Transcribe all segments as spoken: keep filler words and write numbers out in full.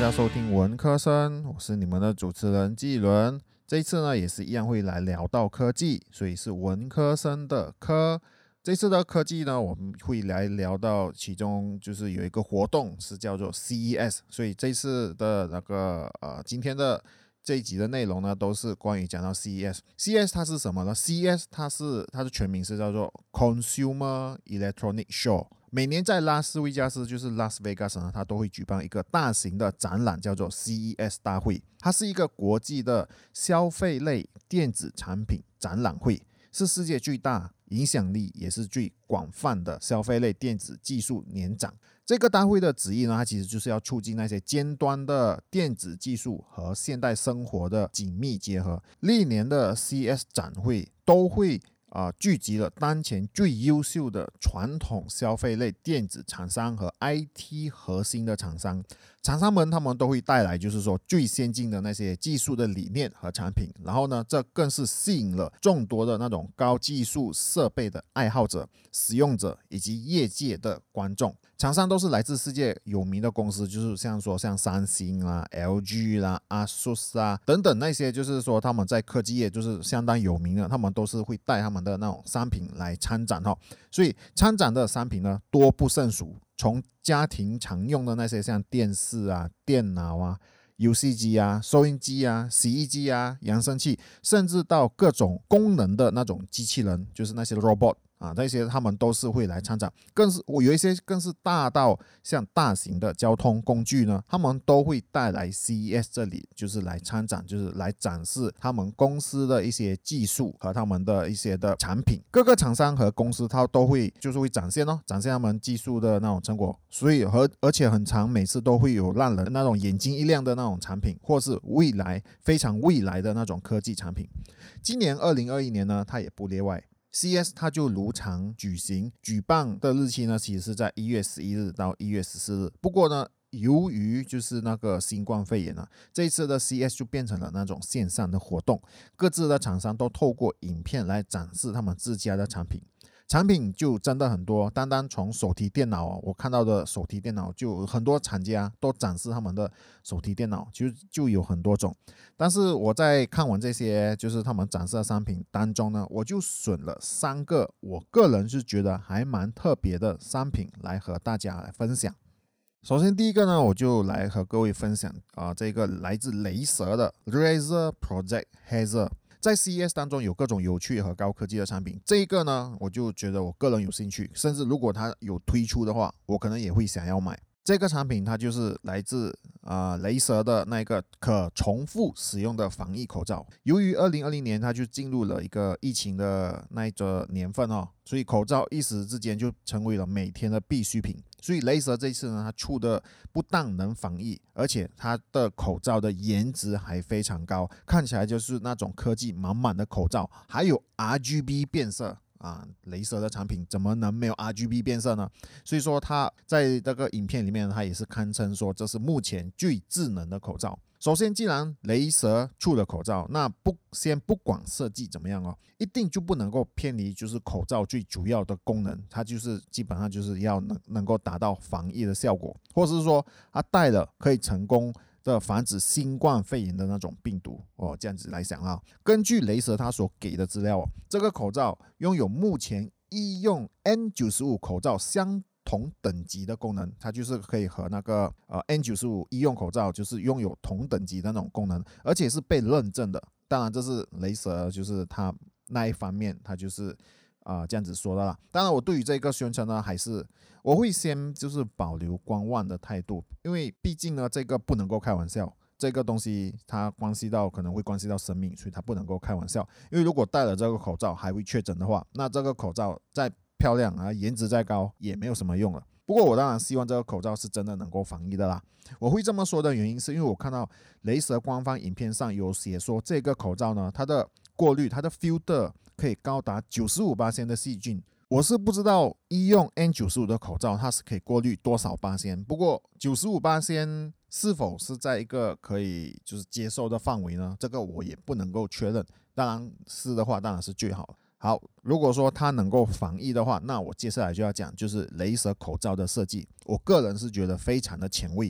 家收听文科生，我是你们的主持人纪伦。这一次呢，也是一样会来聊到科技，所以是文科生的科。这次的科技呢，我们会来聊到其中就是有一个活动是叫做 C E S， 所以这次的那个呃今天的这一集的内容呢，都是关于讲到 C E S。C E S 它是什么呢 ？C E S 它是它的全名是叫做 Consumer Electronic Show。每年在拉斯维加斯，就是拉斯维加斯呢，它都会举办一个大型的展览，叫做 C E S 大会。它是一个国际的消费类电子产品展览会，是世界最大、影响力也是最广泛的消费类电子技术年展。这个大会的旨意呢，它其实就是要促进那些尖端的电子技术和现代生活的紧密结合。历年的 C E S 展会都会呃，聚集了当前最优秀的传统消费类电子厂商和 I T 核心的厂商，厂商们他们都会带来就是说最先进的那些技术的理念和产品，然后呢，这更是吸引了众多的那种高技术设备的爱好者、使用者以及业界的观众。厂商都是来自世界有名的公司，就是像说像三星啦、L G 啦、ASUS 啊等等那些，就是说他们在科技业就是相当有名的，他们都是会带他们的那种商品来参展哈。所以参展的商品呢多不胜数，从家庭常用的那些像电视啊、电脑啊、游戏机啊、收音机啊、洗衣机啊、扬声器，甚至到各种功能的那种机器人，就是那些 robot啊，这些他们都是会来参展，更是我有一些更是大到像大型的交通工具呢，他们都会带来 C E S 这里，就是来参展，就是来展示他们公司的一些技术和他们的一些的产品。各个厂商和公司他都会就是会展现哦，展现他们技术的那种成果，所以和而且很长，每次都会有让人那种眼睛一亮的那种产品，或是未来非常未来的那种科技产品。今年二零二一年呢，它也不例外。C E S 它就如常举行，举办的日期呢，其实是在一月十一日到一月十四日。不过呢，由于就是那个新冠肺炎啊，这一次的 C E S 就变成了那种线上的活动，各自的厂商都透过影片来展示他们自家的产品。产品就真的很多，单单从手提电脑，我看到的手提电脑就很多厂家都展示他们的手提电脑，就就有很多种。但是我在看完这些就是他们展示的商品当中呢，我就选了三个我个人是觉得还蛮特别的商品来和大家来分享。首先第一个呢，我就来和各位分享啊、呃，这个来自雷蛇的 Razer Project Hazer。在 C E S 当中有各种有趣和高科技的产品，这一个呢，我就觉得我个人有兴趣，甚至如果它有推出的话，我可能也会想要买。这个产品它就是来自呃雷蛇的那个可重复使用的防疫口罩。由于二零二零年它就进入了一个疫情的那一个年份哦，所以口罩一时之间就成为了每天的必需品。所以雷蛇这次呢，它出的不但能防疫，而且它的口罩的颜值还非常高，看起来就是那种科技满满的口罩，还有 R G B 变色。啊，雷蛇的产品怎么能没有 R G B 变色呢？所以说它在这个影片里面，它也是堪称说这是目前最智能的口罩。首先，既然雷蛇出了口罩，那不先不管设计怎么样哦，一定就不能够偏离就是口罩最主要的功能，它就是基本上就是要能能够达到防疫的效果，或是说它戴了可以成功的防止新冠肺炎的那种病毒哦，这样子来想啊。根据雷蛇他所给的资料哦，这个口罩拥有目前医用 N 九十五 口罩相同等级的功能，它就是可以和那个呃 N 九十五 医用口罩就是拥有同等级的那种功能，而且是被认证的。当然，这是雷蛇就是它那一方面，它就是啊、呃、这样子说的啦。当然，我对于这个宣称呢，还是我会先就是保留观望的态度，因为毕竟呢，这个不能够开玩笑。这个东西它关系到可能会关系到生命，所以它不能够开玩笑。因为如果戴了这个口罩还会确诊的话，那这个口罩再漂亮啊，颜值再高也没有什么用了。不过我当然希望这个口罩是真的能够防疫的啦。我会这么说的原因是因为我看到雷蛇官方影片上有写说，这个口罩呢，它的过滤，它的 filter 可以高达 百分之九十五 的细菌。我是不知道医用 N 九十五 的口罩它是可以过滤多少巴仙，不过 百分之九十五 是否是在一个可以就是接受的范围呢？这个我也不能够确认。当然是的话，当然是最好。好，如果说它能够防疫的话，那我接下来就要讲就是雷蛇口罩的设计。我个人是觉得非常的前卫。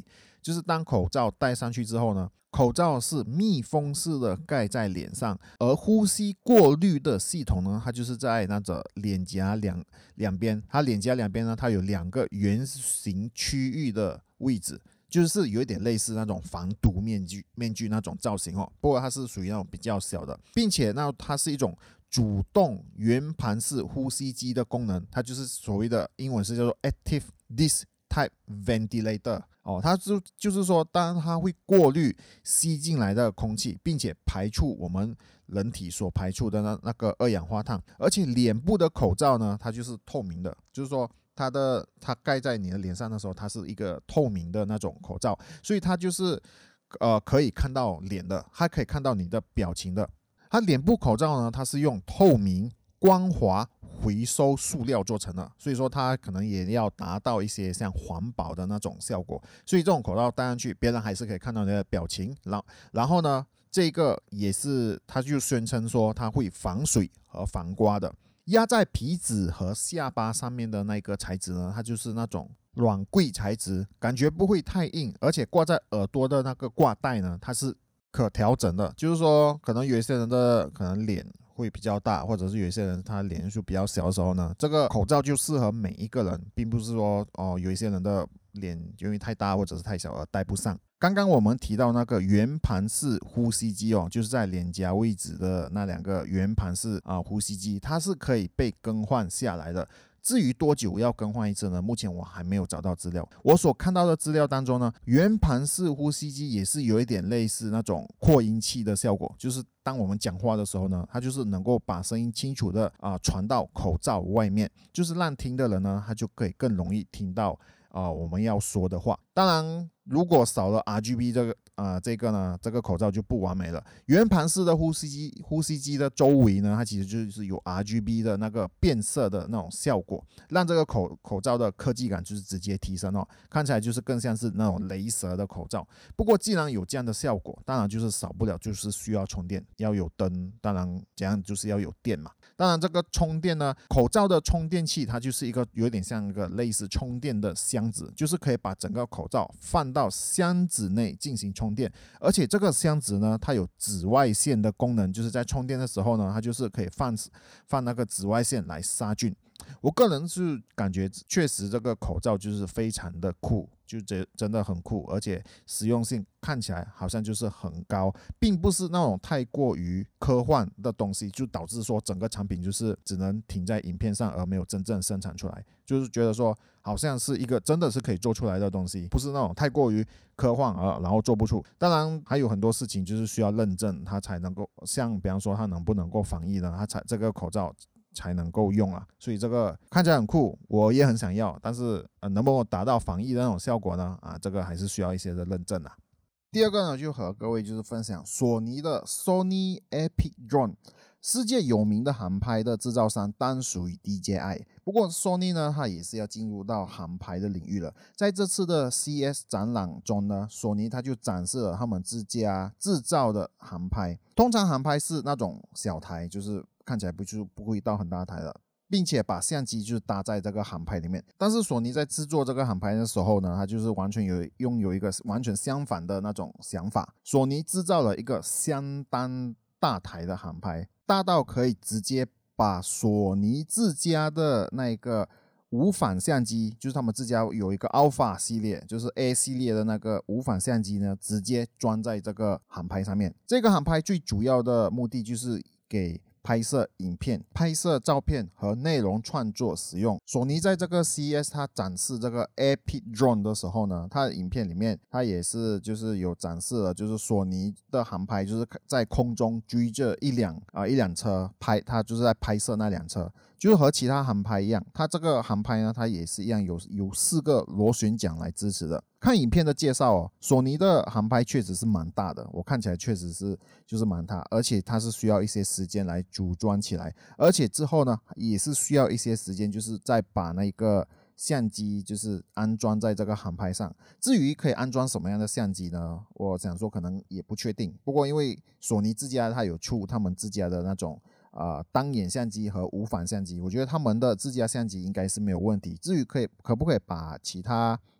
就是当口罩戴上去之后呢，口罩是密封式的盖在脸上，而呼吸过滤的系统呢，它就是在那个脸颊两两边，它脸颊两边呢，它有两个圆形区域的位置，就是有一点类似那种防毒面具面具那种造型哦，不过它是属于那种比较小的，并且那它是一种主动圆盘式呼吸机的功能，它就是所谓的英文是叫做 Active Disk Type Ventilator 哦，它就就是说，当它会过滤吸进来的空气，并且排出我们人体所排出的那那个二氧化碳，而且脸部的口罩呢，它就是透明的，就是说它的它盖在你的脸上的时候，它是一个透明的那种口罩，所以它就是呃可以看到脸的，它可以看到你的表情的。它脸部口罩呢，它是用透明、光滑、回收塑料做成的，所以说它可能也要达到一些像环保的那种效果。所以这种口罩戴上去，别人还是可以看到你的表情。然后呢，这个也是，它就宣称说它会防水和防刮的。压在皮脂和下巴上面的那个材质呢，它就是那种软柜材质，感觉不会太硬，而且挂在耳朵的那个挂带呢，它是可调整的，就是说可能有一些人的可能脸会比较大，或者是有一些人他脸就比较小的时候呢，这个口罩就适合每一个人，并不是说哦有一些人的脸因为太大或者是太小而戴不上。刚刚我们提到那个圆盘式呼吸机哦，就是在脸颊位置的那两个圆盘式啊呼吸机，它是可以被更换下来的。至于多久要更换一次呢？目前我还没有找到资料。我所看到的资料当中呢，圆盘式呼吸机也是有一点类似那种扩音器的效果，就是当我们讲话的时候呢，它就是能够把声音清楚的啊、呃、传到口罩外面，就是让听的人呢，他就可以更容易听到啊、呃、我们要说的话。当然，如果少了 R G B 这个啊、呃、这个呢，这个口罩就不完美了。圆盘式的呼吸机，呼吸机的周围呢，它其实就是有 R G B 的那个变色的那种效果，让这个口口罩的科技感就是直接提升哦，看起来就是更像是那种雷蛇的口罩。不过既然有这样的效果，当然就是少不了就是需要充电，要有灯，当然这样就是要有电嘛。当然这个充电呢，口罩的充电器它就是一个有点像一个类似充电的箱子，就是可以把整个口罩放到箱子内进行充电，而且这个箱子呢，它有紫外线的功能，就是在充电的时候呢，它就是可以放放那个紫外线来杀菌。我个人是感觉确实这个口罩就是非常的酷，就真的很酷，而且实用性看起来好像就是很高，并不是那种太过于科幻的东西，就导致说整个产品就是只能停在影片上而没有真正生产出来，就是觉得说好像是一个真的是可以做出来的东西，不是那种太过于科幻而然后做不出。当然还有很多事情就是需要认证它才能够，像比方说它能不能够防疫呢，它才这个口罩才能够用啊，所以这个看起来很酷，我也很想要，但是、呃、能不能达到防疫的那种效果呢？啊，这个还是需要一些的认证啊。第二个呢，就和各位就是分享索尼的 Sony Epic Drone， 世界有名的航拍的制造商，单属于 D J I。不过 Sony 呢，它也是要进入到航拍的领域了。在这次的 C E S 展览中呢，索尼它就展示了他们自家制造的航拍。通常航拍是那种小台，就是看起来不就不会到很大台的，并且把相机就是搭在这个航拍里面。但是索尼在制作这个航拍的时候呢，它就是完全有拥有一个完全相反的那种想法。索尼制造了一个相当大台的航拍，大到可以直接把索尼自家的那个无反相机，就是他们自家有一个 Alpha 系列，就是 A 系列的那个无反相机呢，直接装在这个航拍上面。这个航拍最主要的目的就是给拍摄影片、拍摄照片和内容创作使用。索尼在这个 C E S 它展示这个 Epic Drone 的时候呢，它的影片里面它也是就是有展示了，就是索尼的航拍就是在空中追着一辆啊、呃、一辆车拍，它就是在拍摄那辆车。就是和其他航拍一样，它这个航拍呢，它也是一样有有四个螺旋桨来支持的。看影片的介绍哦，索尼的航拍确实是蛮大的，我看起来确实是就是蛮大，而且它是需要一些时间来组装起来，而且之后呢也是需要一些时间，就是再把那个相机就是安装在这个航拍上。至于可以安装什么样的相机呢？我想说可能也不确定。不过因为索尼自家它有出他们自家的那种呃，单眼相机和无反相机，我觉得他们的自家相机应该是没有问题。至于可以可不可以把其他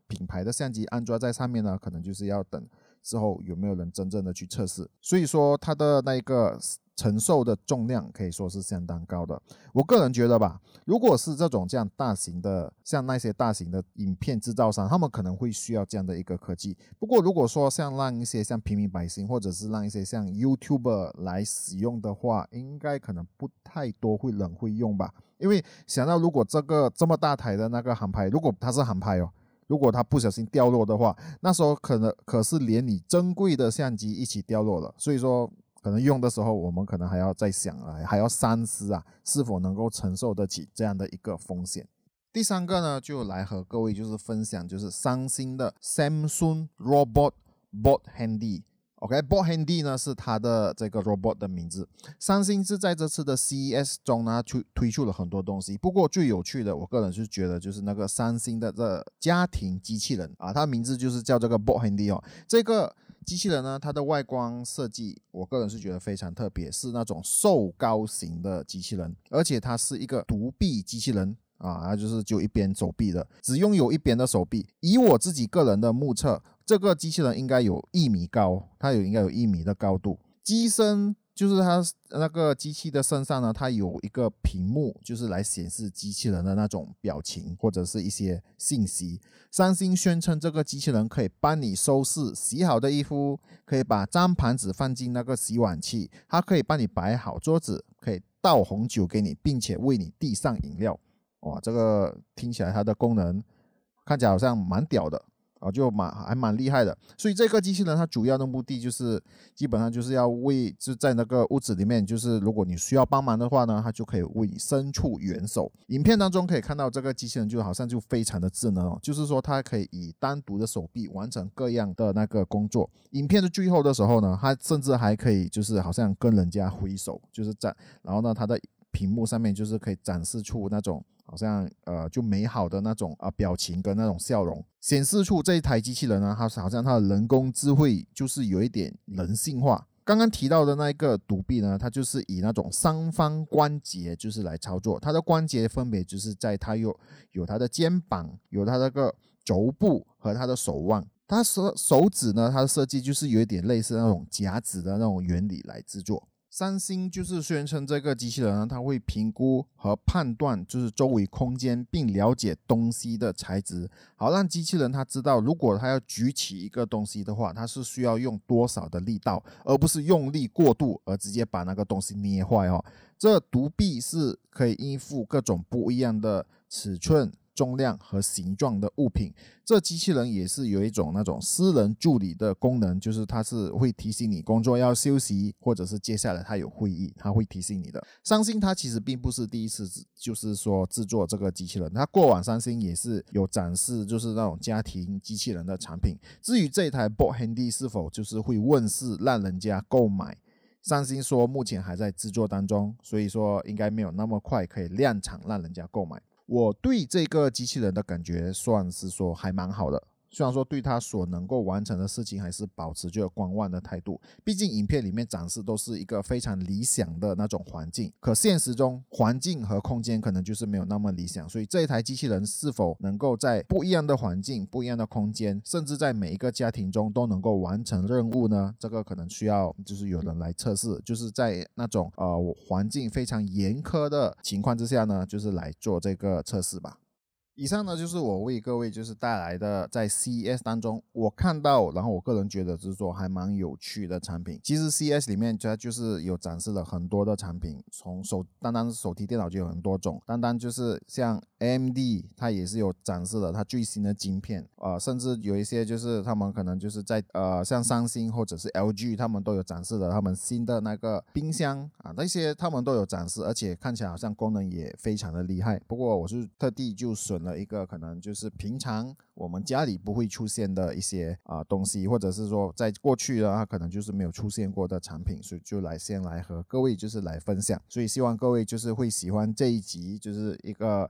品牌的相机安装在上面呢，可能就是要等之后有没有人真正的去测试。所以说它的那个承受的重量可以说是相当高的。我个人觉得吧，如果是这种这样大型的，像那些大型的影片制造商，他们可能会需要这样的一个科技。不过如果说像让一些像平民百姓，或者是让一些像 YouTuber 来使用的话，应该可能不太多会人会用吧。因为想到如果这个这么大台的那个航拍，如果它是航拍哦，如果它不小心掉落的话，那时候可能可是连你珍贵的相机一起掉落了。所以说可能用的时候我们可能还要再想啊，还要三思啊，是否能够承受得起这样的一个风险。第三个呢，就来和各位就是分享，就是三星的 Samsung Robot Bot Handy。OK，Bot Handy 呢是它的这个 robot 的名字。三星是在这次的 C E S 中呢推推出了很多东西，不过最有趣的，我个人是觉得就是那个三星的这家庭机器人啊，它的名字就是叫这个 Bot Handy 哦。这个机器人呢，它的外观设计，我个人是觉得非常特别，是那种瘦高型的机器人，而且它是一个独臂机器人。啊，它就是就一边手臂的，只拥有一边的手臂。以我自己个人的目测，这个机器人应该有一米高，它有应该有一米的高度。机身就是它那个机器的身上呢，它有一个屏幕，就是来显示机器人的那种表情或者是一些信息。三星宣称这个机器人可以帮你收拾洗好的衣服，可以把脏盘子放进那个洗碗器，它可以帮你摆好桌子，可以倒红酒给你，并且为你递上饮料。哇，这个听起来它的功能看起来好像蛮屌的啊，就蛮还蛮厉害的。所以这个机器人它主要的目的就是基本上就是要为就在那个屋子里面，就是如果你需要帮忙的话呢，它就可以为你伸出援手。影片当中可以看到这个机器人就好像就非常的智能哦，就是说它可以以单独的手臂完成各样的那个工作。影片的最后的时候呢，它甚至还可以就是好像跟人家挥手，就是在然后呢它的屏幕上面就是可以展示出那种好像呃就美好的那种啊、呃、表情跟那种笑容，显示出这一台机器人呢，它好像它的人工智慧就是有一点人性化。刚刚提到的那一个独臂呢，它就是以那种三方关节就是来操作，它的关节分别就是在它有有它的肩膀，有它那个肘部和它的手腕。它手手指呢，它的设计就是有一点类似那种夹子的那种原理来制作。三星就是宣称这个机器人呢，它会评估和判断就是周围空间，并了解东西的材质，好让机器人它知道，如果它要举起一个东西的话，它是需要用多少的力道，而不是用力过度而直接把那个东西捏坏哦。这独臂是可以应付各种不一样的尺寸、重量和形状的物品。这机器人也是有一种那种私人助理的功能，就是它是会提醒你工作要休息，或者是接下来它有会议，它会提醒你的。三星它其实并不是第一次就是说制作这个机器人，它过往三星也是有展示就是那种家庭机器人的产品。至于这台 Bot Handy 是否就是会问世让人家购买，三星说目前还在制作当中，所以说应该没有那么快可以量产让人家购买。我对这个机器人的感觉算是说还蛮好的，虽然说对他所能够完成的事情还是保持着观望的态度，毕竟影片里面展示都是一个非常理想的那种环境，可现实中环境和空间可能就是没有那么理想，所以这一台机器人是否能够在不一样的环境、不一样的空间，甚至在每一个家庭中都能够完成任务呢？这个可能需要就是有人来测试，就是在那种呃环境非常严苛的情况之下呢，就是来做这个测试吧。以上呢就是我为各位就是带来的在 C E S 当中我看到，然后我个人觉得就是说还蛮有趣的产品。其实 C E S 里面它就是有展示了很多的产品，从手单单手提电脑就有很多种，单单就是像 A M D 它也是有展示了它最新的晶片，呃，甚至有一些就是他们可能就是在呃像三星或者是 L G 他们都有展示了他们新的那个冰箱啊，那些他们都有展示，而且看起来好像功能也非常的厉害。不过我是特地就选了一个可能就是平常我们家里不会出现的一些啊、呃、东西，或者是说在过去呢它可能就是没有出现过的产品，所以就来先来和各位就是来分享。所以希望各位就是会喜欢这一集，就是一个在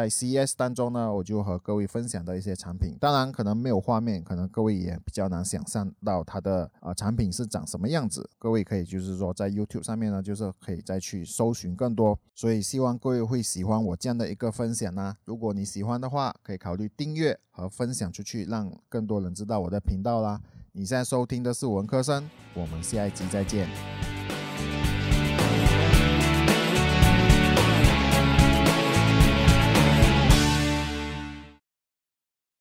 在 C E S 当中呢，我就和各位分享的一些产品，当然可能没有画面，可能各位也比较难想象到它的、呃、产品是长什么样子，各位可以就是说在 YouTube 上面呢，就是可以再去搜寻更多，所以希望各位会喜欢我这样的一个分享啊。如果你喜欢的话，可以考虑订阅和分享出去，让更多人知道我的频道啦。你现在收听的是文科生，我们下一集再见。